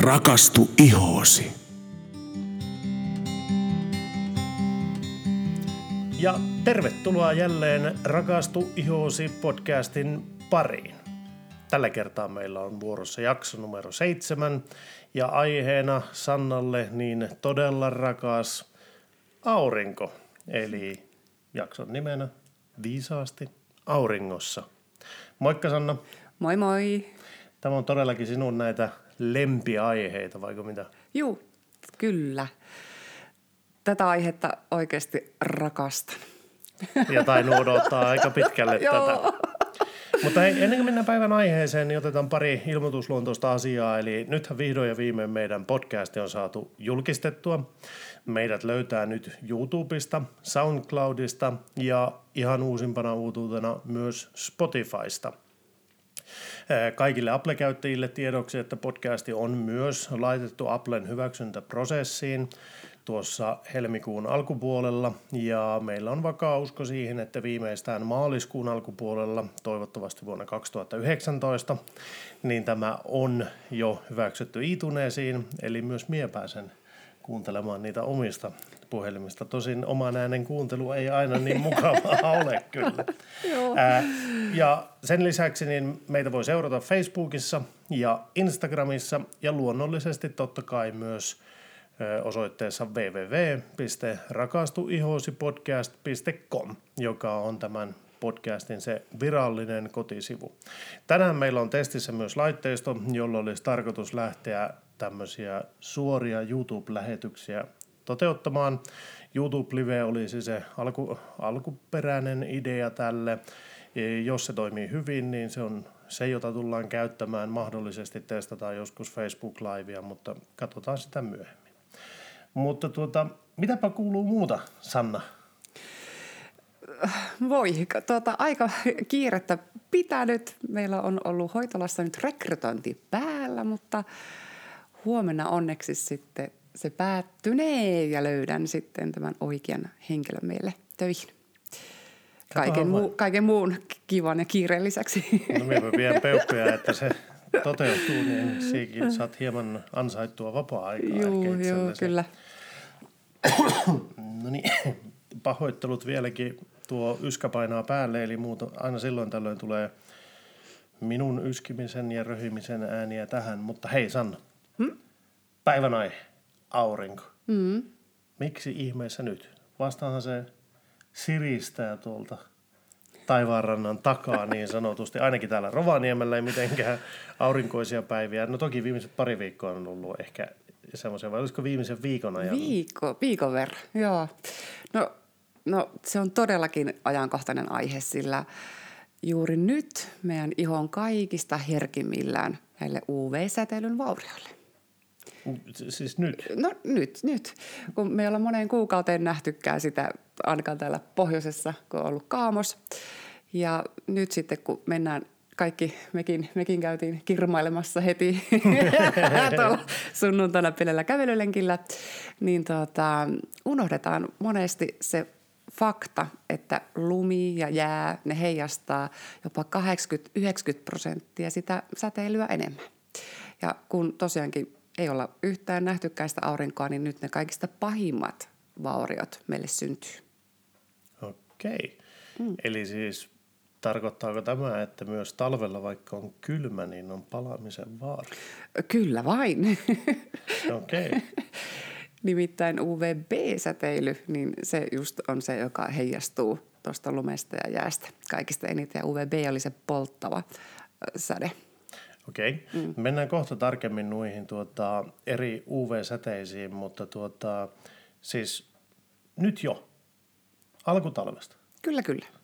Rakastu ihoosi. Ja tervetuloa jälleen Rakastu ihoosi podcastin pariin. Tällä kertaa meillä on vuorossa jakso numero 7 ja aiheena Sannalle niin todella rakas aurinko. Eli jakson nimenä Viisaasti auringossa. Moikka Sanna. Moi moi. Tämä on todellakin sinun näitä lempiaiheita, vaiko mitä? Juu, kyllä. Tätä aihetta oikeasti rakastan. Ja tainnut odottaa aika pitkälle tätä. Mutta hei, ennen kuin mennään päivän aiheeseen, niin otetaan pari ilmoitusluontoista asiaa. Eli nythän vihdoin ja viimein meidän podcasti on saatu julkistettua. Meidät löytää nyt YouTubesta, SoundCloudista ja ihan uusimpana uutuutena myös Spotifysta. Kaikille Apple-käyttäjille tiedoksi, että podcasti on myös laitettu Applen hyväksyntäprosessiin tuossa helmikuun alkupuolella ja meillä on vakaa usko siihen, että viimeistään maaliskuun alkupuolella, toivottavasti vuonna 2019, niin tämä on jo hyväksytty iTunesiin, eli myös minä pääsen kuuntelemaan niitä omista puhelimista. Tosin oman äänen kuuntelu ei aina niin mukavaa ole kyllä. Ja sen lisäksi niin meitä voi seurata Facebookissa ja Instagramissa ja luonnollisesti totta kai myös osoitteessa www.rakastuihoosipodcast.com, joka on tämän podcastin se virallinen kotisivu. Tänään meillä on testissä myös laitteisto, jolla olisi tarkoitus lähteä tämmöisiä suoria YouTube-lähetyksiä toteuttamaan. YouTube-live olisi se alkuperäinen idea tälle. Jos se toimii hyvin, niin se on se, jota tullaan käyttämään. Mahdollisesti testataan joskus Facebook-livea, mutta katsotaan sitä myöhemmin. Mutta mitäpä kuuluu muuta, Sanna? Aika kiirettä pitänyt. Meillä on ollut hoitolassa nyt rekrytointi päällä, mutta huomenna onneksi sitten se päättynee ja löydän sitten tämän oikean henkilön meille töihin. Kaiken muun kivan ja kiireen lisäksi. No minä vielä peukkuja, että se toteutuu, niin siikin saat hieman ansaittua vapaa-aikaa. Joo, kyllä. No niin, pahoittelut vieläkin. Tuo yskä painaa päälle, eli aina silloin tällöin tulee minun yskimisen ja röhimisen ääniä tähän. Mutta hei Sanna, päivän aihe, aurinko. Miksi ihmeessä nyt? Vastaanhan se siristää tuolta taivaanrannan takaa niin sanotusti. Ainakin täällä Rovaniemellä ei mitenkään aurinkoisia päiviä. No toki viimeiset pari viikkoa on ollut ehkä semmoisia, vai olisiko viimeisen viikon ajan? Viikon verran, joo. No se on todellakin ajankohtainen aihe, sillä juuri nyt meidän iho on kaikista herkimmillään näille UV-säteilyn vaurioille. Siis nyt? No nyt. Kun me ei olla moneen kuukauteen nähtykään sitä, ainakaan täällä pohjoisessa, kun on ollut kaamos. Ja nyt sitten, kun mennään kaikki, mekin käytiin kirmailemassa heti tuolla sunnuntaina pienellä kävelylenkillä, niin unohdetaan monesti se fakta, että lumi ja jää, ne heijastaa jopa 80-90% sitä säteilyä enemmän. Ja kun tosiaankin ei olla yhtään nähtykään sitä aurinkoa, niin nyt ne kaikista pahimmat vauriot meille syntyy. Okei. Eli siis tarkoittaako tämä, että myös talvella, vaikka on kylmä, niin on palamisen vaara? Kyllä vain. Okei. Nimittäin UVB-säteily, niin se just on se, joka heijastuu tuosta lumesta ja jäästä kaikista eniten. Ja UVB oli se polttava säde. Okei. Mennään kohta tarkemmin noihin eri UV-säteisiin, mutta siis nyt jo alkutalvesta. Kyllä.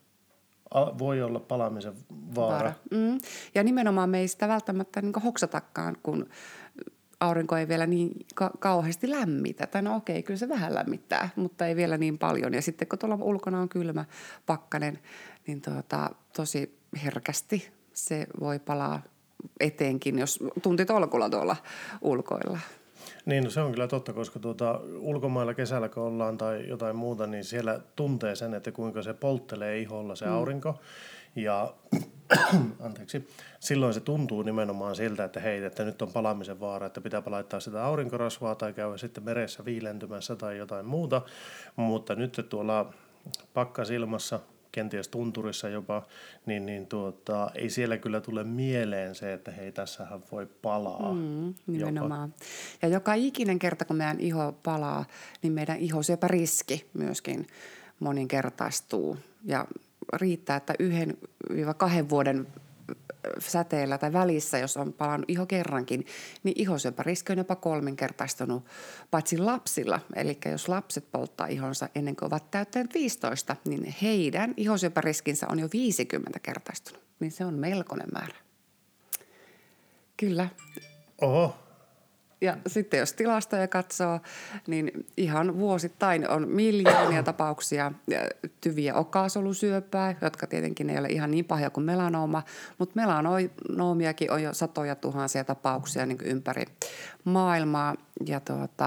Voi olla palaamisen vaara. Ja nimenomaan me ei sitä välttämättä hoksatakaan, kun aurinko ei vielä niin kauheasti lämmitä. Tai no okei, kyllä se vähän lämmittää, mutta ei vielä niin paljon. Ja sitten kun tuolla ulkona on kylmä pakkanen, niin tosi herkästi se voi palaa etenkin, jos tuntitolkulla tuolla ulkoilla. Niin, no se on kyllä totta, koska ulkomailla kesällä kun ollaan tai jotain muuta, niin siellä tuntee sen, että kuinka se polttelee iholla se aurinko. Ja anteeksi, silloin se tuntuu nimenomaan siltä, että hei, että nyt on palamisen vaara, että pitääpä laittaa sitä aurinkorasvaa tai käydä sitten meressä viilentymässä tai jotain muuta, mutta nyt tuolla pakkasilmassa, kenties tunturissa jopa, niin ei siellä kyllä tule mieleen se, että hei, tässähän voi palaa. Nimenomaan. Jopa. Ja joka ikinen kerta, kun meidän iho palaa, niin meidän ihosyöpäriski myöskin moninkertaistuu. Ja riittää, että 1-2 vuoden säteellä tai välissä, jos on palannut iho kerrankin, niin ihosyöpäriski on jopa 3-kertaistunut, paitsi lapsilla. Eli jos lapset polttaa ihonsa ennen kuin ovat täyttäneet 15, niin heidän ihosyöpäriskinsä on jo 50-kertaistunut. Niin se on melkoinen määrä. Kyllä. Oho. Ja sitten jos tilastoja katsoo, niin ihan vuosittain on miljoonia tapauksia tyviä okasolusyöpää, jotka tietenkin ei ole ihan niin pahoja kuin melanooma, mutta melanoomiakin on jo satoja tuhansia tapauksia niin kuin ympäri maailmaa. Ja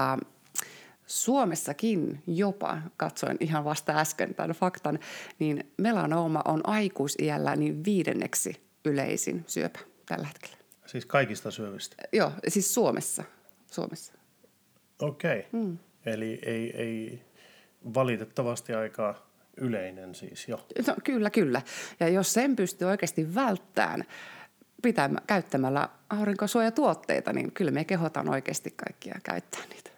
Suomessakin jopa, katsoin ihan vasta äsken tämän faktan, niin melanooma on aikuisiällä niin 5. yleisin syöpä tällä hetkellä. Siis kaikista syövistä? Joo, siis Suomessa. Okei. Eli ei valitettavasti aika yleinen siis jo. No, kyllä. Ja jos sen pystyy oikeasti välttämään käyttämällä aurinkosuojatuotteita, niin kyllä me kehotan oikeasti kaikkia käyttää niitä.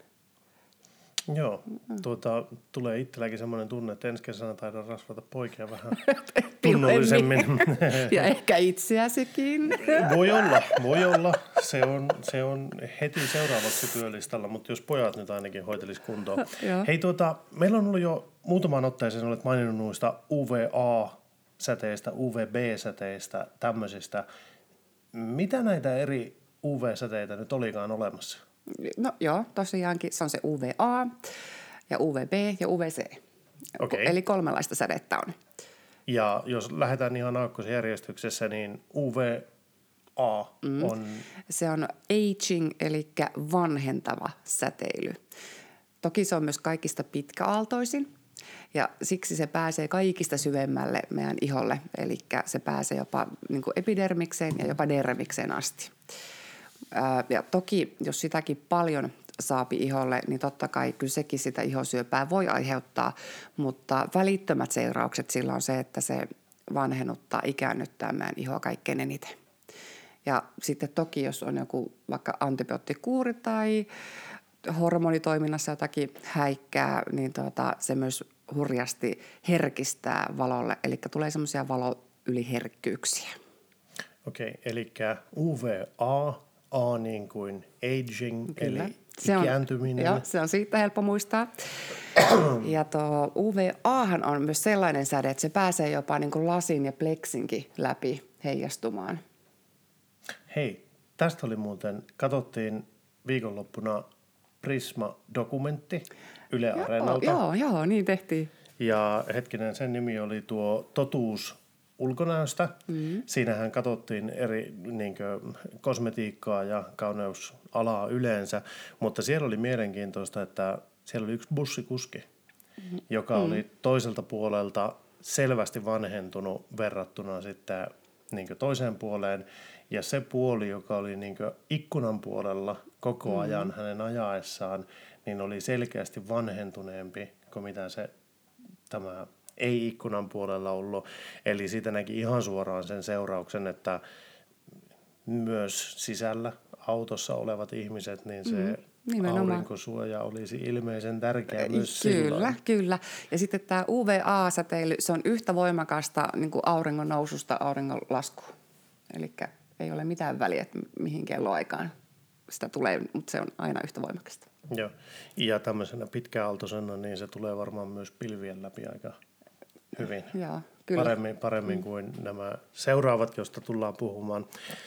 Joo, tulee itselläkin semmoinen tunne, että ensi kesänä taidan rasvata poikia vähän tunnollisemmin. Ja ehkä itseäsikin. Voi olla. Se on heti seuraavaksi työlistalla, mutta jos pojat nyt ainakin hoitelis kuntoon. Hei, meillä on ollut jo muutamaan otteeseen, olet maininnut noista UVA-säteistä, UVB-säteistä, tämmöisistä. Mitä näitä eri UV-säteitä nyt olikaan olemassa? No joo, tosiaankin se on se UVA ja UVB ja UVC. Okay. Eli 3 sädettä on. Ja jos lähdetään ihan aakkosjärjestyksessä, niin UVA on... Se on aging, eli vanhentava säteily. Toki se on myös kaikista pitkäaaltoisin ja siksi se pääsee kaikista syvemmälle meidän iholle. Eli se pääsee jopa niin kuin epidermikseen ja jopa dermikseen asti. Ja toki, jos sitäkin paljon saapi iholle, niin totta kai kyllä sekin sitä ihosyöpää voi aiheuttaa, mutta välittömät seuraukset sillä on se, että se vanhennuttaa, ikäännyttää meidän ihoa kaikkein eniten. Ja sitten toki, jos on joku vaikka antibioottikuuri tai hormonitoiminnassa jotakin häikkää, niin se myös hurjasti herkistää valolle, eli tulee semmoisia valoyliherkkyyksiä. Okei, eli UVA, A niin kuin aging, kyllä. eli ikääntyminen. Joo, se on siitä helppo muistaa. Ja tuo UVAhan on myös sellainen säde, että se pääsee jopa niin kuin lasin ja pleksinkin läpi heijastumaan. Hei, tästä oli muuten, katsottiin viikonloppuna Prisma-dokumentti Yle Areenalta. Joo, niin tehtiin. Ja hetkinen, sen nimi oli tuo Totuus ulkonäöstä. Siinähän katsottiin eri kosmetiikkaa ja kauneusalaa yleensä, mutta siellä oli mielenkiintoista, että siellä oli yksi bussikuski, joka oli toiselta puolelta selvästi vanhentunut verrattuna sitten toiseen puoleen. Ja se puoli, joka oli ikkunan puolella koko ajan hänen ajaessaan, niin oli selkeästi vanhentuneempi kuin mitä tämä ei ikkunan puolella ollut. Eli siitä näki ihan suoraan sen seurauksen, että myös sisällä autossa olevat ihmiset, niin se aurinkosuoja olisi ilmeisen tärkeä myös silloin. Kyllä. Ja sitten tämä UVA-säteily, se on yhtä voimakasta niin kuin auringon noususta auringon laskuun. Eli ei ole mitään väliä, että mihin kelloaikaan sitä tulee, mutta se on aina yhtä voimakasta. Joo, ja tämmöisenä pitkäaaltoisena, niin se tulee varmaan myös pilvien läpi aika hyvin. Joo, kyllä. Paremmin kuin nämä seuraavat, joista tullaan puhumaan.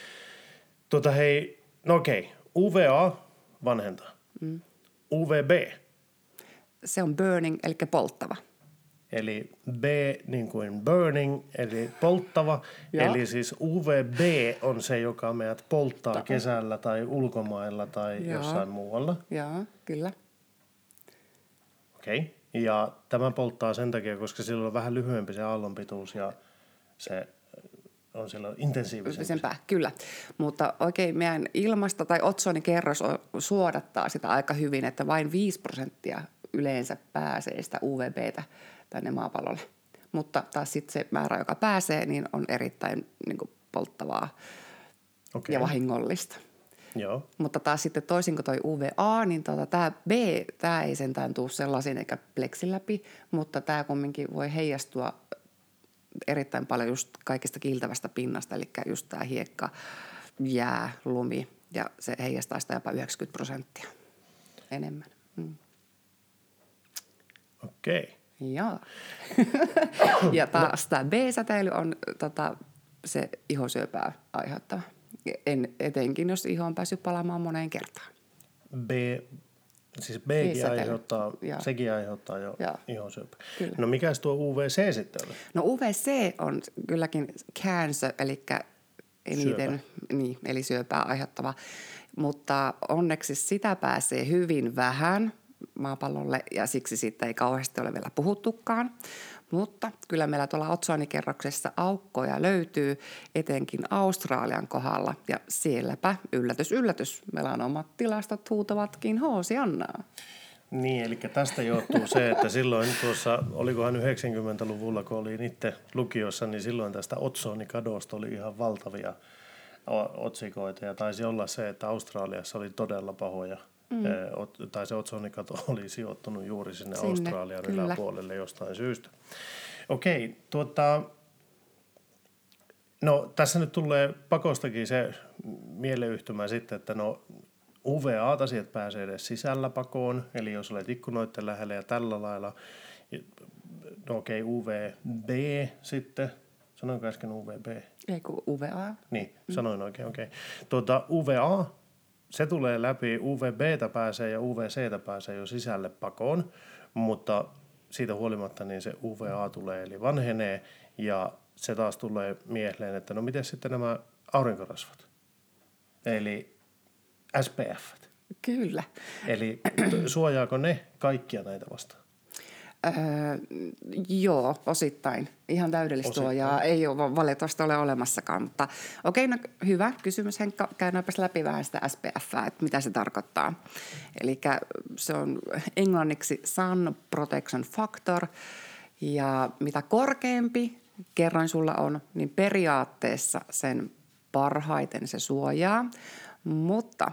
UVA vanhentaa. UVB. Se on burning, eli polttava. Eli B niin kuin burning, eli polttava. Eli siis UVB on se, joka meidät polttaa kesällä tai ulkomailla tai jossain muualla. Joo, kyllä. Okei. Ja tämä polttaa sen takia, koska sillä on vähän lyhyempi se aallonpituus ja se on siellä intensiivisempää. Kyllä, mutta oikein meidän ilmasta tai otsonikerros suodattaa sitä aika hyvin, että vain 5% yleensä pääsee sitä UVBtä tänne maapallolle. Mutta taas sitten se määrä, joka pääsee, niin on erittäin niin kuin polttavaa ja vahingollista. Joo. Mutta taas sitten toisin kuin toi UVA, niin tämä B, tämä ei sentään tule sellaisiin eikä pleksin läpi, mutta tämä kumminkin voi heijastua erittäin paljon just kaikista kiiltävästä pinnasta, eli just tämä hiekka, jää, lumi, ja se heijastaa sitä jopa 90% enemmän. Okei. Joo. Ja taas tämä B-säteily on se ihosyöpää aiheuttava. Etenkin, jos iho on päässyt palaamaan moneen kertaan. Siis B:kin aiheuttaa, sekin aiheuttaa jo ihosyöpää. No mikäs tuo UVC sitten on? No UVC on kylläkin cancer, eli eniten, eli syöpää aiheuttava. Mutta onneksi sitä pääsee hyvin vähän maapallolle ja siksi siitä ei kauheasti ole vielä puhuttukaan. Mutta kyllä meillä tuolla otsonikerroksessa aukkoja löytyy, etenkin Australian kohdalla. Ja sielläpä, yllätys, yllätys, melanomat tilastot huutavatkin Hoosiannaa. Niin, eli tästä johtuu se, että silloin tuossa, olikohan 90-luvulla, kun olin itse lukiossa, niin silloin tästä otsonikadosta oli ihan valtavia otsikoita. Ja taisi olla se, että Australiassa oli todella pahoja. Tai se otsonikato oli sijoittunut juuri sinne Australian yläpuolelle jostain syystä. Okei, no tässä nyt tulee pakostakin se mieleyhtymä sitten, että no UVA sieltä pääsee edes sisällä pakoon, eli jos olet ikkunoiden lähellä ja tällä lailla, no okei, UVB sitten, sanoinko äsken UVB? Ei kun UVA. Niin, sanoin oikein, okei. UVA, se tulee läpi, UVBtä pääsee ja UVCtä pääsee jo sisälle pakoon, mutta siitä huolimatta niin se UVA tulee eli vanhenee ja se taas tulee mieleen, että no miten sitten nämä aurinkorasvat, eli SPF. Kyllä. Eli suojaako ne kaikkia näitä vastaan? Joo, osittain. Ihan täydellistä suojaa ei ole valitettavasti ole olemassakaan, mutta okei, no hyvä kysymys Henkka. Käydäänpäs läpi vähän sitä SPF:ää, että mitä se tarkoittaa. Eli se on englanniksi Sun Protection Factor ja mitä korkeampi kerroin sulla on, niin periaatteessa sen parhaiten se suojaa, mutta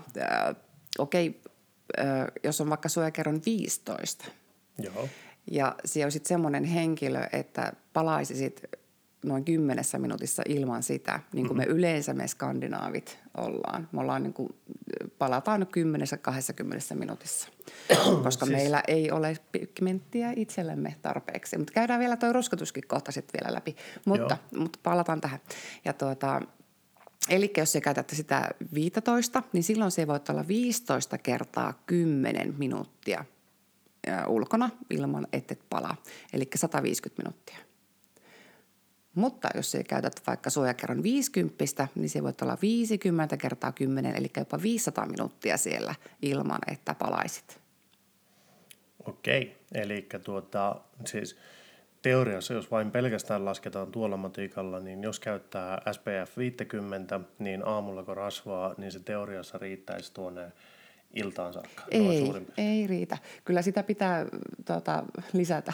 jos on vaikka suojakerron 15, Joo. ja siellä on sitten semmoinen henkilö, että palaisisit noin 10 minuutissa ilman sitä, niin kuin me yleensä me skandinaavit ollaan. Me ollaan niin kuin, palataan 10-20 minuutissa, koska siis meillä ei ole pigmenttiä itsellemme tarpeeksi. Mutta käydään vielä tuo ruskotuskin kohta sitten vielä läpi, mutta palataan tähän. Ja eli jos sä käytät sitä 15, niin silloin se voi olla 15 kertaa 10 minuuttia ulkona ilman, ettet palaa. Eli 150 minuuttia. Mutta jos sä käytät vaikka suojakerron 50, niin se voi olla 50 kertaa 10, eli jopa 500 minuuttia siellä ilman, että palaisit. Okei, eli siis teoriassa, jos vain pelkästään lasketaan tuolla matikalla, niin jos käyttää SPF 50, niin aamulla kun rasvaa, niin se teoriassa riittäisi tuonne iltaan saakka. Ei riitä. Kyllä sitä pitää lisätä.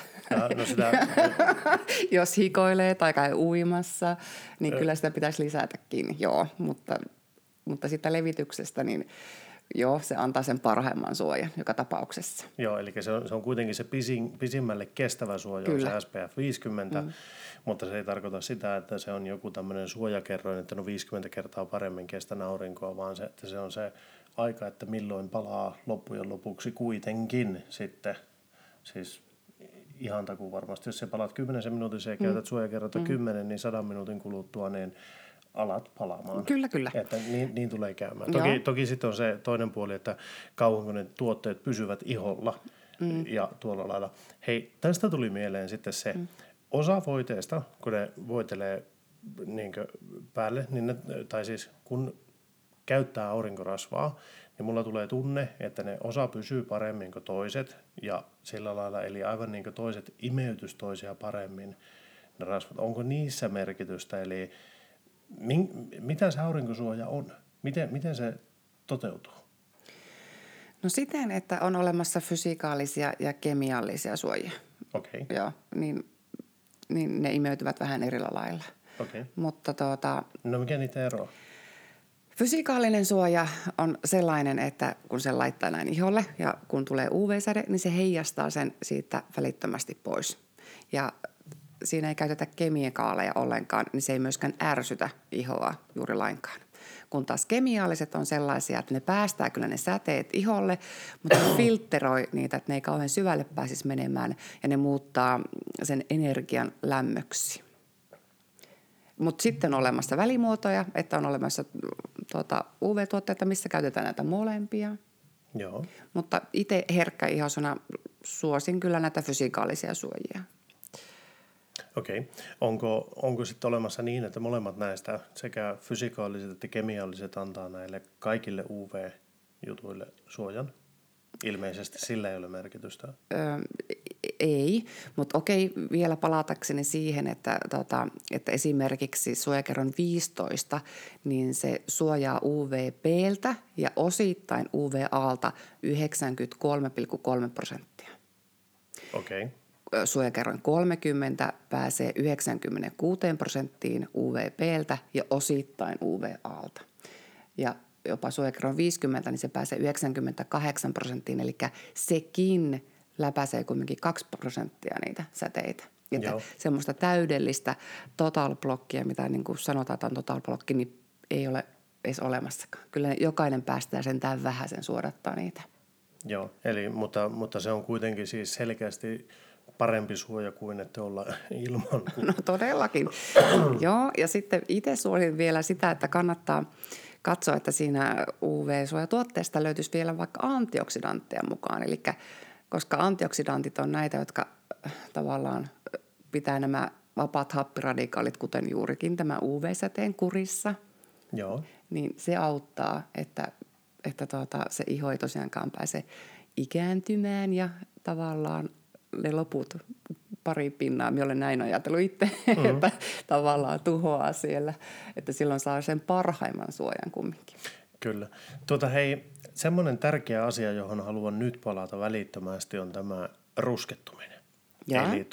Jos hikoilee tai käy uimassa, niin kyllä sitä pitäisi lisätäkin, joo. Mutta sitä levityksestä, niin joo, se antaa sen parhaimman suojan joka tapauksessa. Joo, eli se on kuitenkin se pisimmälle kestävä suoja, on se SPF 50, mutta se ei tarkoita sitä, että se on joku tämmöinen suojakerroin, että no 50 kertaa paremmin kestän aurinkoa, vaan että se on se aika, että milloin palaa loppujen lopuksi kuitenkin sitten, siis ihan takuu varmasti, jos sä palaat 10 minuutissa ja käytät suojakerrota 10, niin 100 minuutin kuluttua, niin alat palaamaan. Kyllä. Että niin tulee käymään. Toki sitten on se toinen puoli, että kauanko ne tuotteet pysyvät iholla ja tuolla lailla. Hei, tästä tuli mieleen sitten se osa voiteesta, kun ne voitelee päälle, niin tai siis kun käyttää aurinkorasvaa, niin mulla tulee tunne, että ne osa pysyy paremmin kuin toiset ja sillä lailla, eli aivan niin kuin toiset imeytys toisia paremmin ne rasvat. Onko niissä merkitystä, eli Mitä se aurinkosuoja on? Miten se toteutuu? No siten, että on olemassa fysikaalisia ja kemiallisia suojia. Okei. Okay. Joo, niin ne imeytyvät vähän eri lailla. Okei. Okay. Mutta no mikä niitä eroa? Fysikaalinen suoja on sellainen, että kun se laittaa näin iholle ja kun tulee UV-säde, niin se heijastaa sen siitä välittömästi pois. Ja siinä ei käytetä kemikaaleja ollenkaan, niin se ei myöskään ärsytä ihoa juuri lainkaan. Kun taas kemialliset on sellaisia, että ne päästää kyllä ne säteet iholle, mutta ne filtteroi niitä, että ne ei kauhean syvälle pääsisi menemään ja ne muuttaa sen energian lämmöksi. Mutta sitten on olemassa välimuotoja, että on olemassa UV-tuotteita, missä käytetään näitä molempia. Joo. Mutta itse herkkä ihosana suosin kyllä näitä fysikaalisia suojia. Okei. Onko sitten olemassa niin, että molemmat näistä sekä fysikaaliset että kemialliset antaa näille kaikille UV-jutuille suojan? Ilmeisesti sillä ei ole merkitystä. Ei, mutta okei, vielä palatakseni siihen, että esimerkiksi suojakerron 15, niin se suojaa UVB:ltä ja osittain UVAlta 93,3%. Okei. Suojakerroin 30 pääsee 96% UVB:ltä ja osittain UVAlta. Ja jopa suojakerroin 50, niin se pääsee 98%, eli sekin läpäisee kuitenkin 2% niitä säteitä. Että semmoista täydellistä total-blockia, mitä niin kuin sanotaan, että on total-blocki, niin ei ole edes olemassakaan. Kyllä jokainen päästää sentään vähäsen suodattaa niitä. Joo, eli, mutta se on kuitenkin siis selkeästi parempi suoja kuin että olla ilman. No todellakin. Joo, ja sitten itse suosin vielä sitä, että kannattaa katsoa, että siinä UV-suojatuotteesta löytyisi vielä vaikka antioksidantteja mukaan. Eli koska antioksidantit on näitä, jotka tavallaan pitää nämä vapaat happiradikaalit, kuten juurikin tämä UV-säteen kurissa. Joo. Niin se auttaa, että se iho ei tosiaankaan pääse ikääntymään ja tavallaan ne loput pari pinnaa, minä olen näin ajatellut itse, että tavallaan tuhoaa siellä, että silloin saa sen parhaimman suojan kumminkin. Kyllä. Hei, semmoinen tärkeä asia, johon haluan nyt palata välittömästi, on tämä ruskettuminen. Ja? Eli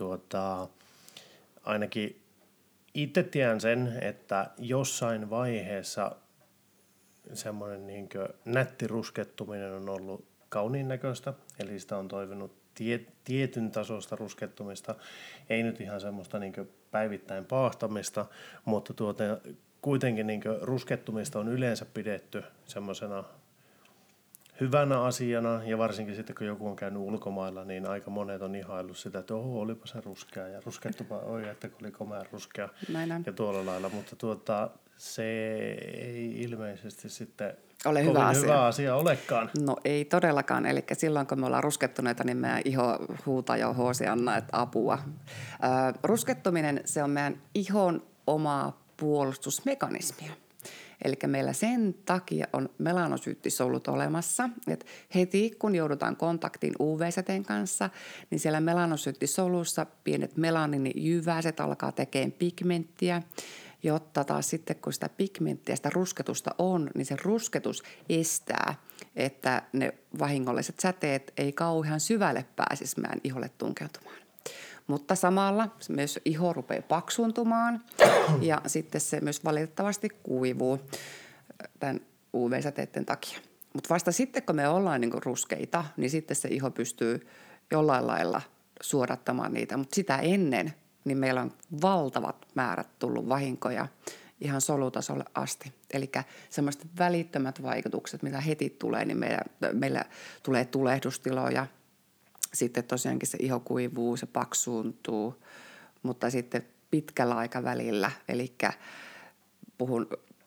ainakin itse tiedän sen, että jossain vaiheessa semmoinen nätti ruskettuminen on ollut kauniin näköistä, eli sitä on toivonut tietyn tasosta ruskettumista, ei nyt ihan semmoista päivittäin paahtamista, mutta kuitenkin ruskettumista on yleensä pidetty semmoisena hyvänä asiana, ja varsinkin sitten kun joku on käynyt ulkomailla, niin aika monet on ihaillut sitä, että olipa se ruskea ja ruskettupa, että oli komea ruskea ja tuolla lailla, mutta se ei ilmeisesti sitten ole hyvä asia olekaan. No ei todellakaan, eli silloin kun me ollaan ruskettuneita, niin meidän iho huutaa jo Hoosianna, että apua. Ruskettuminen, se on meidän ihon omaa puolustusmekanismia. Eli meillä sen takia on melanosyyttisolut olemassa, että heti kun joudutaan kontaktiin UV-säteen kanssa, niin siellä melanosyyttisolussa pienet melaninijyväiset alkaa tekemään pigmenttiä, jotta taas sitten kun sitä pigmenttiä, sitä rusketusta on, niin se rusketus estää, että ne vahingolliset säteet ei kauhean syvälle pääsisi meidän iholle tunkeutumaan. Mutta samalla myös iho rupeaa paksuntumaan ja sitten se myös valitettavasti kuivuu tämän UV-säteiden takia. Mutta vasta sitten, kun me ollaan ruskeita, niin sitten se iho pystyy jollain lailla suodattamaan niitä. Mutta sitä ennen, niin meillä on valtavat määrät tullut vahinkoja ihan solutasolle asti. Eli semmoiset välittömät vaikutukset, mitä heti tulee, niin meillä tulee tulehdustiloja. Sitten tosiaankin se iho kuivuu, se paksuuntuu, mutta sitten pitkällä aikavälillä, eli puhun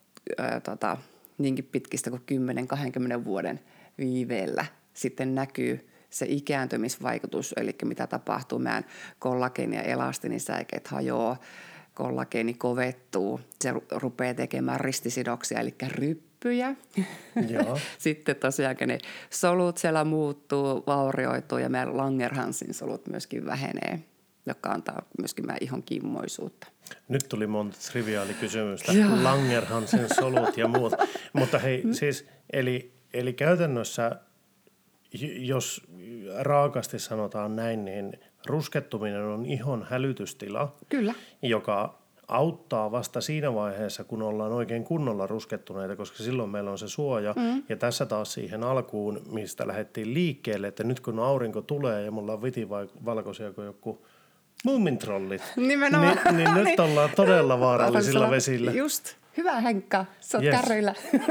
niinkin pitkistä kuin 10-20 vuoden viiveellä sitten näkyy se ikääntymisvaikutus, eli mitä tapahtuu, meidän kollageeni- ja elastinisäikeet hajoaa, kollageeni kovettuu, se rupeaa tekemään ristisidoksia, eli ryppyjä. Joo. Sitten tosiaankin ne solut siellä muuttuu, vaurioituu ja meidän Langerhansin solut myöskin vähenee. joka antaa myöskin meidän ihon kimmoisuutta. Nyt tuli monta triviaalikysymystä. Langerhansen solut ja muut. Mutta hei, siis, eli käytännössä, jos raakasti sanotaan näin, niin ruskettuminen on ihon hälytystila, Kyllä. joka auttaa vasta siinä vaiheessa, kun ollaan oikein kunnolla ruskettuneita, koska silloin meillä on se suoja. Ja tässä taas siihen alkuun, mistä lähdettiin liikkeelle, että nyt kun aurinko tulee ja mulla on vitivalkoisia kuin joku muumintrollit, Nimenomaan. niin nyt ollaan todella vaarallisilla vesillä. Just. Hyvä Henkka, sä oot Yes. kärryillä.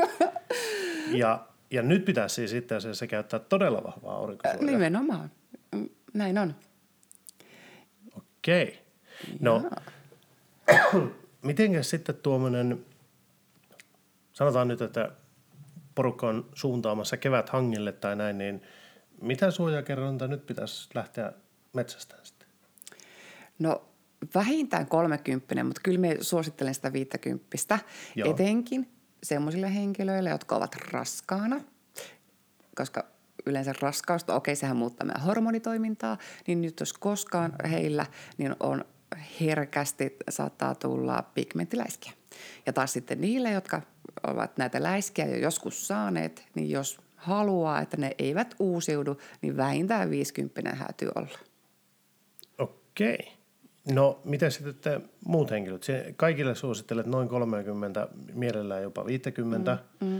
Ja nyt pitäisi siis itse asiassa käyttää todella vahvaa aurinkosuojaa. Nimenomaan. Näin on. Okei. No, mitenkäs sitten tuommoinen, sanotaan nyt, että porukka on suuntaamassa keväthangille tai näin, niin mitä suojakerrointa nyt pitäisi lähteä metsästään sitten? No vähintään 30, mutta kyllä me suosittelen sitä 50, Joo. etenkin semmoisille henkilöille, jotka ovat raskaana, koska yleensä raskausta, sehän muuttaa meidän hormonitoimintaa, niin nyt jos koskaan heillä, niin on herkästi saattaa tulla pigmenttiläiskiä. Ja taas sitten niille, jotka ovat näitä läiskiä jo joskus saaneet, niin jos haluaa, että ne eivät uusiudu, niin vähintään 50 häätyy olla. Okei. No, mitä sitten muut henkilöt? Kaikille suosittelet noin 30, mielellään jopa 50.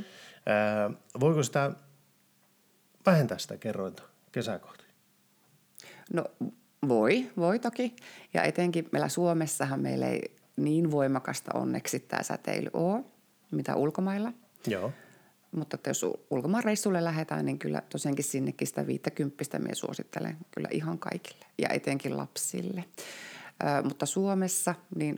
Voiko sitä vähentää sitä kerrointa kesää kohti? No voi toki. Ja etenkin meillä Suomessahan meillä ei niin voimakasta onneksi tämä säteily ole, mitä ulkomailla. Joo. Mutta että jos ulkomaan reissulle lähdetään, niin kyllä tosiaankin sinnekin sitä 50 minä suosittelen kyllä ihan kaikille ja etenkin lapsille. Mutta Suomessa, niin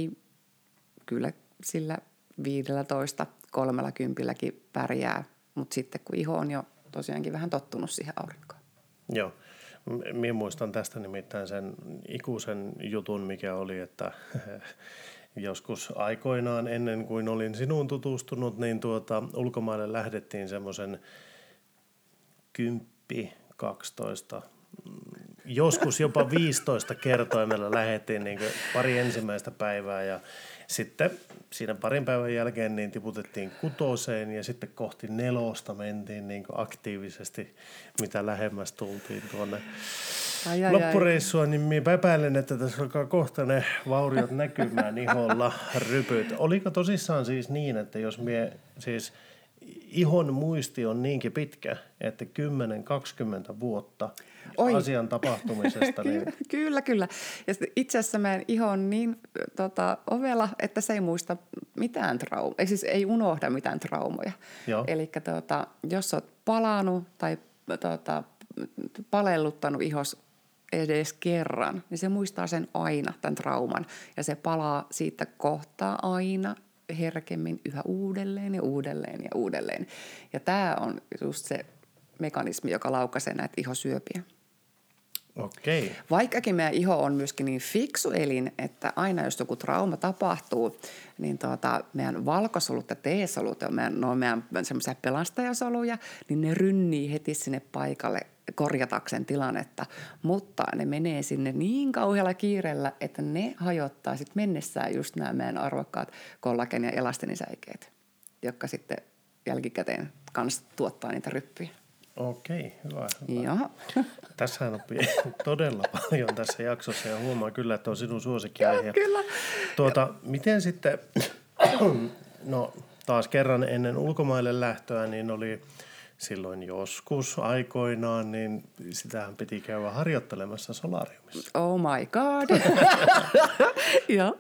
kyllä sillä 15, 30 pärjää, mutta sitten kun iho on jo tosiaankin vähän tottunut siihen aurinkoon. Joo. Minä muistan tästä nimittäin sen ikuisen jutun, mikä oli, että joskus aikoinaan ennen kuin olin sinuun tutustunut, niin ulkomaille lähdettiin semmoisen 10, 12, joskus jopa 15 kertoimella lähdettiin niin pari ensimmäistä päivää ja sitten siinä parin päivän jälkeen niin tiputettiin 6 ja sitten kohti 4 mentiin niin aktiivisesti, mitä lähemmäs tultiin tuonne loppureissua, niin minä epäilen, että tässä alkaa kohta ne vauriot näkymään iholla rypyt. Oliko tosissaan siis niin, että jos siis ihon muisti on niinkin pitkä, että 10-20 vuotta asian tapahtumisesta. Niin... Kyllä. Ja itse asiassa meidän iho on niin ovela, että se ei muista mitään traumaa. Siis ei unohda mitään traumoja. Eli jos olet palannut tai palelluttanut ihos edes kerran, niin se muistaa sen aina, tämän trauman. Ja se palaa siitä kohtaa aina herkemmin yhä uudelleen ja uudelleen ja uudelleen. Ja tämä on just se mekanismi, joka laukaisee näitä ihosyöpiä. Okei. Vaikkakin meidän iho on myöskin niin fiksu elin, että aina jos joku trauma tapahtuu, niin meidän valkosolut ja T-solut, ne on meidän semmoisia pelastajasoluja, niin ne rynnii heti sinne paikalle korjatakseen tilannetta, mutta ne menee sinne niin kauhealla kiireellä, että ne hajottaa sitten mennessään just nämä meidän arvokkaat kollagen- ja elastinisäikeet, jotka sitten jälkikäteen kanssa tuottaa niitä ryppyjä. Okei, hyvä. Joo. Tässähän oppii todella paljon tässä jaksossa ja huomaa kyllä, että on sinun suosikkiaihe. Joo, kyllä. Miten sitten, no taas kerran ennen ulkomaille lähtöä, niin oli silloin joskus aikoinaan, niin sitähän piti käydä harjoittelemassa solariumissa. Oh my god. Joo.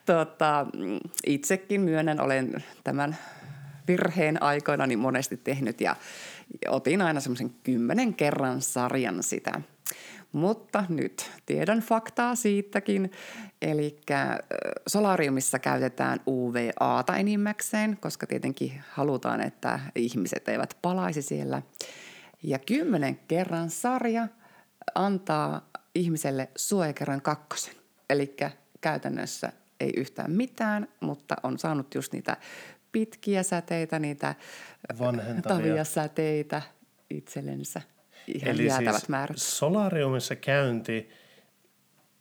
Itsekin myönnän, olen tämän virheen aikoina niin monesti tehnyt ja otin aina semmoisen 10 kerran sarjan sitä. Mutta nyt tiedän faktaa siitäkin, eli solariumissa käytetään UVAta enimmäkseen, koska tietenkin halutaan, että ihmiset eivät palaisi siellä. Ja 10 kerran sarja antaa ihmiselle suojakerran 2. Eli käytännössä ei yhtään mitään, mutta on saanut just niitä pitkiä säteitä, niitä vanhentavia säteitä itsellensä. Ihan eli jäätävät siis määrät. solariumissa käynti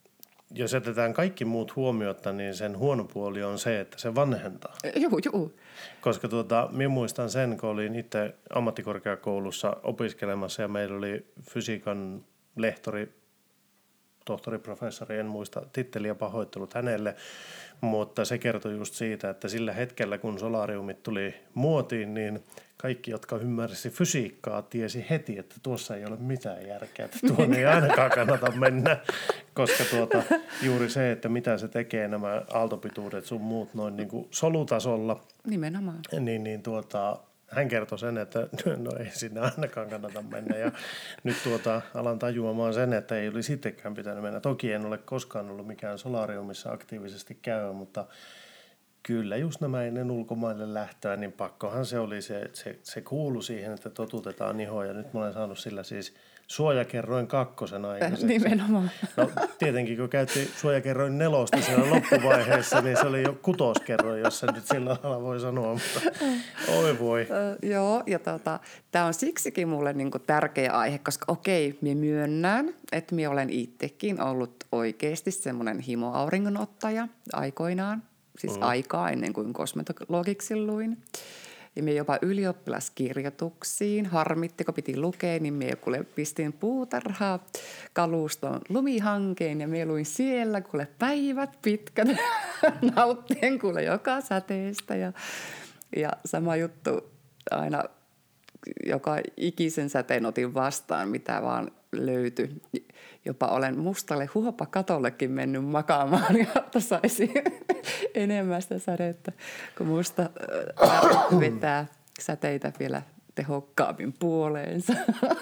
jos jätetään kaikki muut huomiotta, niin sen huono puoli on se, että se vanhentaa. Joo. Koska minä muistan sen, kun olin itse ammattikorkeakoulussa opiskelemassa ja meillä oli fysiikan lehtori, tohtori, professori, en muista titteliä, pahoittelut hänelle, mutta se kertoi just siitä, että sillä hetkellä, kun solariumit tuli muotiin, niin kaikki, jotka ymmärsi fysiikkaa, tiesi heti, että tuossa ei ole mitään järkeä, että tuonne ei ainakaan kannata mennä, koska juuri se, että mitä se tekee nämä aaltopituudet sun muut noin niin kuin solutasolla. Nimenomaan. Hän kertoi sen, että no ei sinne ainakaan kannata mennä ja nyt alan tajuamaan sen, että ei olisi sittenkään pitänyt mennä. Toki en ole koskaan ollut mikään solariumissa aktiivisesti käyä, mutta kyllä just nämä ennen ulkomaille lähtöä, niin pakkohan se oli se kuulu siihen, että totutetaan ihoa ja nyt mä olen saanut sillä siis suojakerroin 2 aikaiseksi. Nimenomaan. No tietenkin kun käytti suojakerroin 4 siellä loppuvaiheessa, niin se oli jo 6. kerroin, jos sen nyt sillä lailla voi sanoa, mutta oi voi. Joo, ja tämä on siksikin mulle niinku tärkeä aihe, koska okei, minä myönnän, että minä olen itsekin ollut oikeasti semmoinen himoauringonottaja aikoinaan, siis aikaa ennen kuin kosmetologiksi luin. Ja minä jopa ylioppilaskirjoituksiin, harmitti, kun piti lukea, niin minä kuule pistin puutarhaa kaluston lumihankeen ja minä luin siellä kuule päivät pitkät nauttien kuule joka säteestä ja sama juttu aina joka ikisen säteen otin vastaan, mitä vaan löytyi. Jopa olen mustalle huopakatollekin mennyt makaamaan, jotta saisi enemmän sitä sädettä, kun musta vetää säteitä vielä tehokkaammin puoleensa.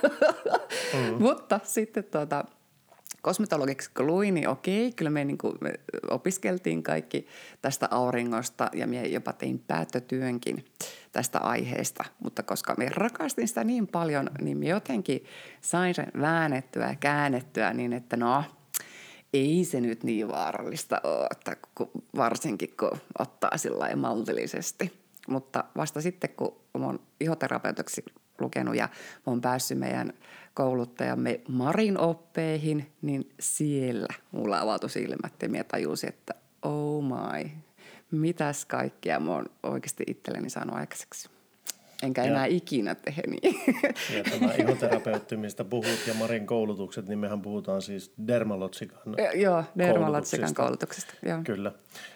Mutta sitten kosmetologiksi kun luin, niin okei, kyllä me opiskeltiin kaikki tästä auringosta ja minä jopa tein päättötyönkin tästä aiheesta. Mutta koska minä rakastin sitä niin paljon, niin minä jotenkin sain sen väännettyä ja käännettyä niin, että no, ei se nyt niin vaarallista ole, että varsinkin kun ottaa sillä lailla maltillisesti. Mutta vasta sitten, kun olen ihoterapeutiksi lukenut ja olen päässyt meidän kouluttajamme Marin oppeihin, niin siellä mulla avautui silmät ja minä tajusin, että oh my, mitäs kaikkea mä oon oikeasti itselleni saanut aikaiseksi. Enkä enää ikinä tehdä niin. Ja tämä ihoterapeutti, mistä puhut, ja Marin koulutukset, niin mehän puhutaan siis Dermalogican koulutuksesta. Joo. Kyllä.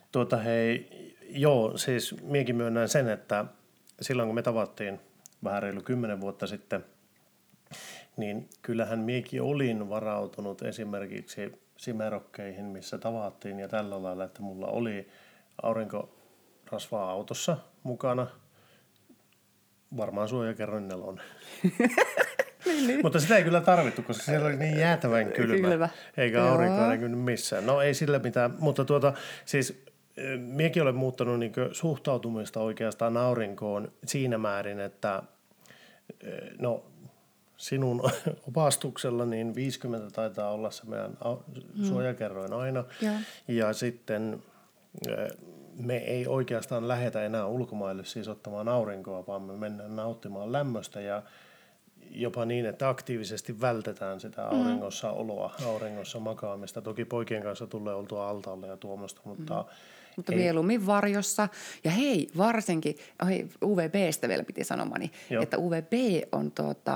Siis minäkin myönnän sen, että silloin kun me tavattiin vähän reilu 10 vuotta sitten, niin kyllähän minäkin olin varautunut esimerkiksi simerokkeihin, missä tavattiin ja tällä lailla, että mulla oli aurinkorasvaa autossa mukana, varmaan suojakerroin 4. niin. Mutta sitä ei kyllä tarvittu, koska siellä oli niin jäätävän kylmä. Eikä aurinkoa näkynyt missään. No ei sillä mitään, mutta siis minäkin olen muuttanut niin suhtautumista oikeastaan aurinkoon siinä määrin, että no sinun opastuksella niin 50 taitaa olla se meidän suojakerroin aina. Ja sitten me ei oikeastaan lähetä enää ulkomaille siis ottamaan aurinkoa, vaan me mennään nauttimaan lämmöstä ja jopa niin, että aktiivisesti vältetään sitä auringossa oloa, auringossa makaamista. Toki poikien kanssa tulee oltua altaalle ja tuommoista, mutta mieluummin varjossa. Ja hei, varsinkin, UVBstä vielä piti sanomani, että UVB on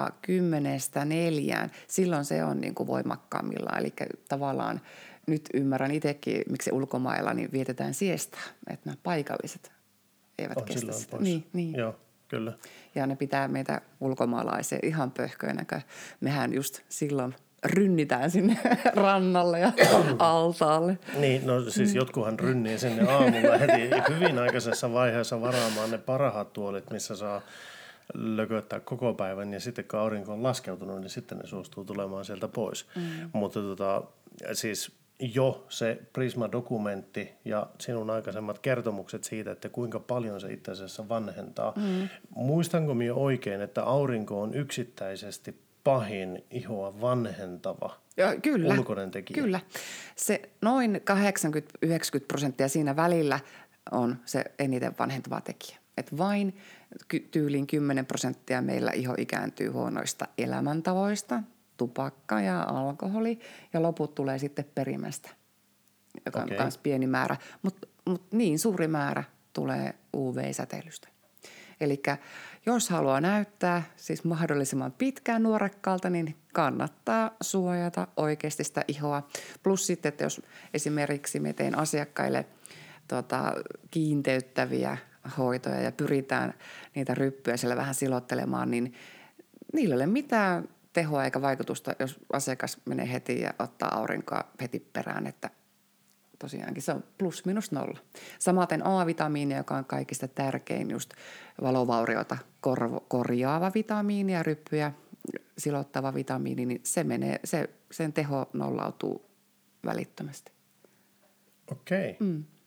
10-4. Silloin se on niin kuin voimakkaammillaan. Eli tavallaan nyt ymmärrän itsekin, miksi ulkomailla niin vietetään siestää, että nämä paikalliset eivät kestä sitä. Niin. Joo, kyllä. Ja ne pitää meitä ulkomaalaisia ihan pöhköinä, kun mehän just silloin rynnitään sinne rannalle ja altaalle. Niin, no siis jotkuhan rynnii sinne aamulla heti hyvin aikaisessa vaiheessa varaamaan ne parhaat tuolit, missä saa lököttää koko päivän ja sitten kun aurinko on laskeutunut, niin sitten ne suostuu tulemaan sieltä pois. Mutta siis jo se Prisma-dokumentti ja sinun aikaisemmat kertomukset siitä, että kuinka paljon se itse asiassa vanhentaa. Muistanko minä oikein, että aurinko on yksittäisesti pahin ihoa vanhentava ulkoinen tekijä? Kyllä. Se noin 80-90% siinä välillä on se eniten vanhentava tekijä. Et vain tyyliin 10% meillä iho ikääntyy huonoista elämäntavoista, tupakka ja alkoholi, ja loput tulee sitten perimästä. joka on myös pieni määrä, mutta niin suuri määrä tulee UV-säteilystä. Eli jos haluaa näyttää siis mahdollisimman pitkään nuorekkaalta, niin kannattaa suojata oikeasti sitä ihoa. Plus sitten, että jos esimerkiksi me teen asiakkaille kiinteyttäviä hoitoja ja pyritään niitä ryppyjä siellä vähän silottelemaan, niin niillä ei ole mitään tehoa eikä vaikutusta, jos asiakas menee heti ja ottaa aurinkoa heti perään, että tosiaankin se on plus minus nolla. Samaten A-vitamiini, joka on kaikista tärkein just valovaurioita korjaava vitamiini ja ryppyjä silottava vitamiini, niin sen teho nollautuu välittömästi. Okei.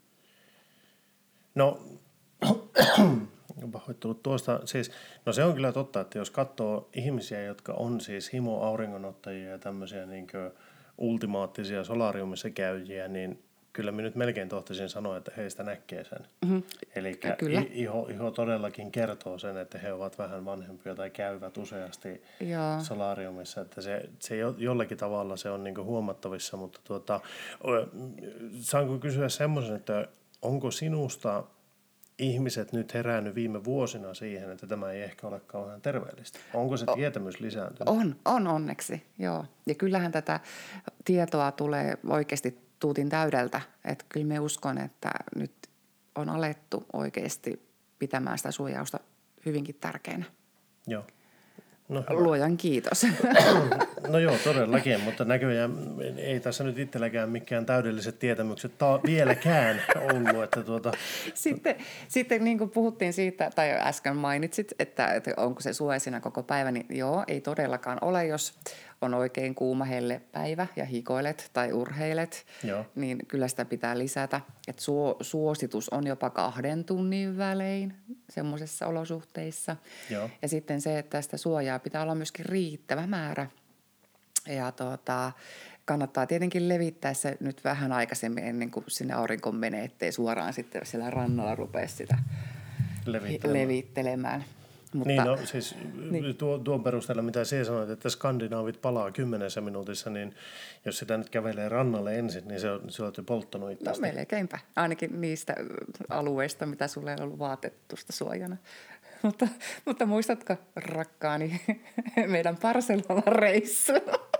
No, pahoittelut tuosta. Siis, no se on kyllä totta, että jos katsoo ihmisiä, jotka on siis himo-auringonottajia ja tämmöisiä niin kuin ultimaattisia solariumissa käyjiä, niin kyllä minä nyt melkein tohtisin sanoa, että heistä näkee sen. Eli iho todellakin kertoo sen, että he ovat vähän vanhempia tai käyvät useasti solariumissa. Että se jollakin tavalla se on niinku huomattavissa, mutta saanko kysyä semmoisen, että onko sinusta ihmiset nyt herännyt viime vuosina siihen, että tämä ei ehkä ole kauhean terveellistä? Onko se tietämys lisääntynyt? On onneksi, joo. Ja kyllähän tätä tietoa tulee oikeasti tuutin täydeltä. Että kyllä me uskon, että nyt on alettu oikeasti pitämään sitä suojausta hyvinkin tärkeänä. Joo. No, luojan kiitos. No joo, todellakin, mutta näköjään ei tässä nyt itselläkään mikään täydelliset tietämykset vieläkään ollut. Että Sitten niin kuin puhuttiin siitä, tai äsken mainitsit, että onko se suoja siinä koko päivä, niin joo, ei todellakaan ole, jos on oikein kuuma hellepäivä ja hikoilet tai urheilet, niin kyllä sitä pitää lisätä. Et suositus on jopa 2 tunnin välein semmoisissa olosuhteissa. Joo. Ja sitten se, että sitä suojaa pitää olla myöskin riittävä määrä. Ja kannattaa tietenkin levittää se nyt vähän aikaisemmin ennen kuin sinne aurinkoon menee, ettei suoraan sitten siellä rannalla rupea sitä levittelemään. Mutta, niin, no siis tuon perusteella, mitä sinä sanoit, että skandinaavit palaa 10 minuutissa, niin jos sitä nyt kävelee rannalle ensin, niin se on jo polttanut itseästi. No melkeinpä, ainakin niistä alueista, mitä sulle on ollut vaatetusta suojana. Mutta muistatko, rakkaani, meidän Barcelonan reissu?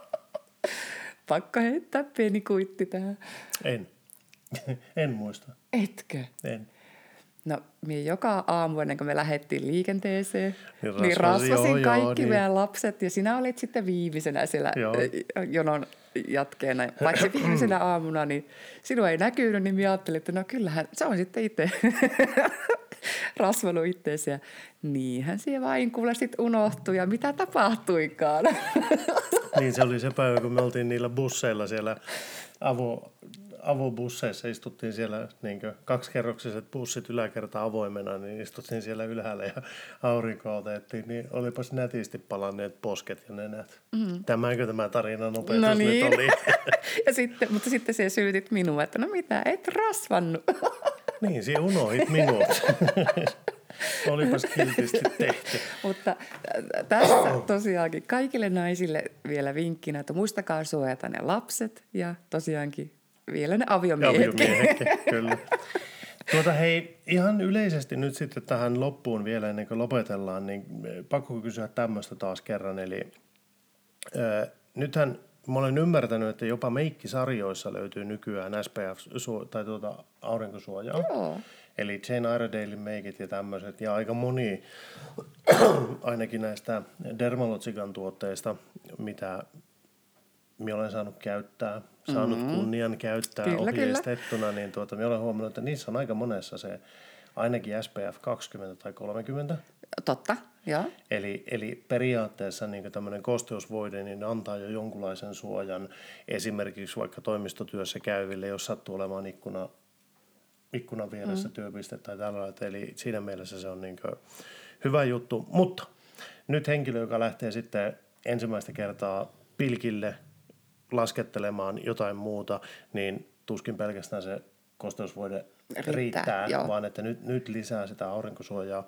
Pakko heittää pieni kuitti tähän. En muista. Etkö? En. No, minä joka aamu ennen kuin me lähdettiin liikenteeseen, niin rasvasin kaikki meidän lapset ja sinä olit sitten viimeisenä siellä jonon jatkeena. Paitsi viimeisenä aamuna, niin sinua ei näkynyt, niin minä ajattelin, että no kyllähän se on sitten itse rasvanut itseesi. Ja niinhän siellä vain kuule sitten unohtui ja mitä tapahtuikaan. Niin se oli se päivä, kun me oltiin niillä busseilla siellä avobusseissa, istuttiin siellä niin 2-kerroksiset bussit yläkerta avoimena, niin istuttiin siellä ylhäällä ja aurinkoa otettiin, niin olipas nätisti palanneet posket ja nenät. Tämäkö tämä tarinan opetus no niin. nyt oli? Mutta sitten siellä syytit minua, että no mitä, et rasvannut. Niin, sinä unohit minut. Olipas kiltisti tehty. Mutta tässä tosiaankin kaikille naisille vielä vinkkinä, että muistakaa suojata ne lapset ja tosiaankin vielä ne aviomiehetkin. Kyllä. Hei, ihan yleisesti nyt sitten tähän loppuun vielä ennen kuin lopetellaan, niin pakko kysyä tämmöistä taas kerran. Eli nythän mä olen ymmärtänyt, että jopa meikkisarjoissa löytyy nykyään SPF tai aurinkosuojaa. Joo. Eli Jane Iredalein meikit ja tämmöiset, ja aika moni ainakin näistä Dermalogican tuotteista, mitä minä olen saanut käyttää, kunnian käyttää ohjeistettuna, niin minä olen huomannut, että niissä on aika monessa se ainakin SPF 20 tai 30. Totta, joo. Eli periaatteessa niin tämmöinen kosteusvoide niin antaa jo jonkunlaisen suojan esimerkiksi vaikka toimistotyössä käyville, jos sattuu olemaan ikkunan vieressä työpiste tai tällainen. Eli siinä mielessä se on niin hyvä juttu. Mutta nyt henkilö, joka lähtee sitten ensimmäistä kertaa pilkille laskettelemaan jotain muuta, niin tuskin pelkästään se kosteusvoide riittää vaan että nyt lisää sitä aurinkosuojaa.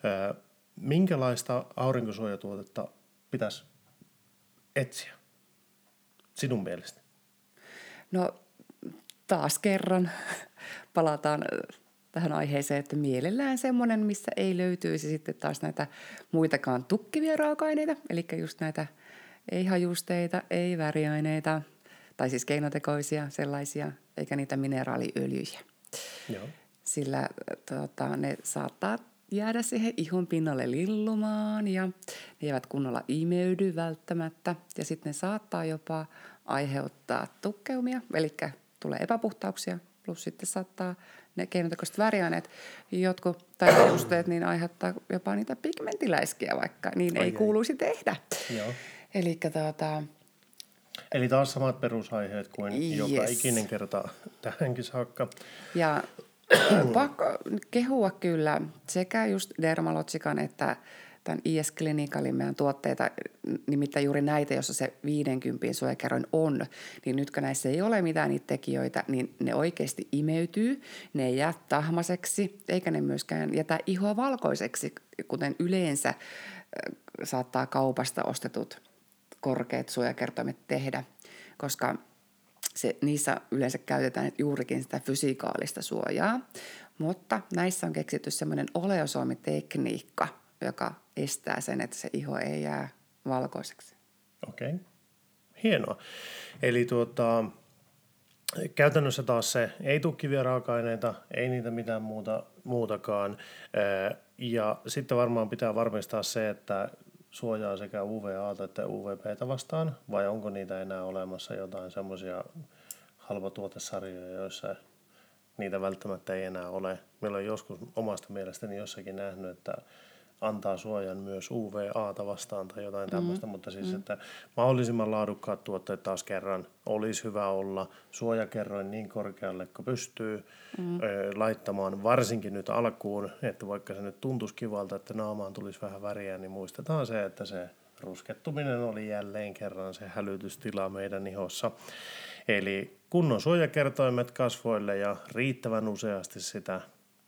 Minkälaista aurinkosuojatuotetta pitäisi etsiä sinun mielestä? No taas kerran palataan tähän aiheeseen, että mielellään semmoinen, missä ei löytyisi sitten taas näitä muitakaan tukkivia raaka-aineita, eli just näitä ei hajusteita, ei väriaineita, tai siis keinotekoisia sellaisia, eikä niitä mineraaliöljyjä. Joo. Sillä ne saattaa jäädä siihen ihon pinnalle lillumaan ja ne eivät kunnolla imeydy välttämättä. Ja sitten ne saattaa jopa aiheuttaa tukkeumia, eli tulee epäpuhtauksia, plus sitten saattaa ne keinotekoiset väriaineet, jotkut tai hajusteet, niin aiheuttaa jopa niitä pigmentiläiskiä, vaikka niin ei kuuluisi tehdä. Joo. Eli taas samat perusaiheet kuin joka ikinen kerta tähänkin saakka. Ja pakko kehua kyllä sekä just Dermalogican että tämän IS Clinicalin meidän tuotteita, nimittäin juuri näitä, jossa se 50 suojakerroin on, niin nyt kun näissä ei ole mitään niitä tekijöitä, niin ne oikeasti imeytyy, ne ei jää tahmaseksi, eikä ne myöskään jätä ihoa valkoiseksi, kuten yleensä saattaa kaupasta ostetut korkeat suojakertoimet tehdä, koska niissä yleensä käytetään juurikin sitä fysikaalista suojaa, mutta näissä on keksitty semmoinen oleosomitekniikka, joka estää sen, että se iho ei jää valkoiseksi. Okei. Hienoa. Eli käytännössä taas se ei tukkivia raaka-aineita, ei niitä mitään muutakaan. Ja sitten varmaan pitää varmistaa se, että suojaa sekä UVA:ta että UVB:tä vastaan, vai onko niitä enää olemassa jotain semmoisia halpatuotesarjoja, joissa niitä välttämättä ei enää ole. Meillä on joskus omasta mielestäni jossakin nähnyt, että antaa suojan myös UVA:ta vastaan tai jotain tämmöistä, mutta siis, että mahdollisimman laadukkaat tuotteet taas kerran olisi hyvä olla suojakerroin niin korkealle, kun pystyy laittamaan, varsinkin nyt alkuun, että vaikka se nyt tuntuisi kivalta, että naamaan tulisi vähän väriä, niin muistetaan se, että se ruskettuminen oli jälleen kerran se hälytystila meidän ihossa. Eli kunnon suojakertoimet kasvoille ja riittävän useasti sitä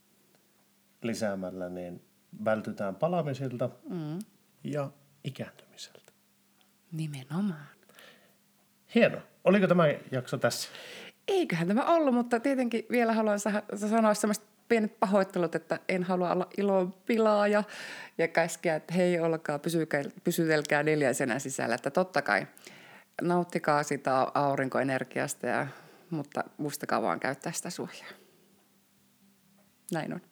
lisäämällä, niin vältytään palamisilta ja ikääntymiseltä. Nimenomaan. Hieno. Oliko tämä jakso tässä? Eiköhän tämä ollut, mutta tietenkin vielä haluan sanoa semmoista pienet pahoittelut, että en halua olla ilon pilaaja ja käskeä, että hei, olkaa, pysytelkää 4 seinän sisällä. Että totta kai nauttikaa sitä aurinkoenergiasta, mutta muistakaa vaan käyttää sitä suojaa. Näin on.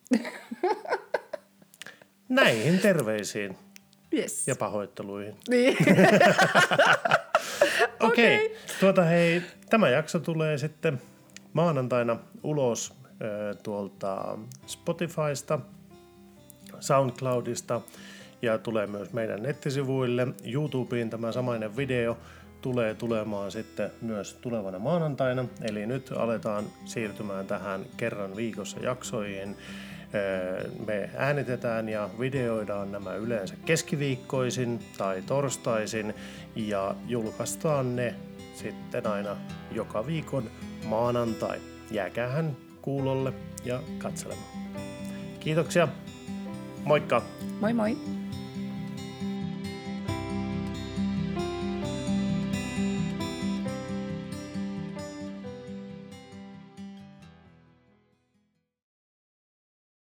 Näihin terveisiin. Yes. Ja pahoitteluihin. Niin. Okei. Hei, tämä jakso tulee sitten maanantaina ulos tuolta Spotifysta, SoundCloudista ja tulee myös meidän nettisivuille. YouTubeen tämä samainen video tulee tulemaan sitten myös tulevana maanantaina. Eli nyt aletaan siirtymään tähän kerran viikossa jaksoihin. Me äänitetään ja videoidaan nämä yleensä keskiviikkoisin tai torstaisin ja julkaistaan ne sitten aina joka viikon maanantai. Jääkäähän kuulolle ja katselemaan. Kiitoksia. Moikka! Moi moi!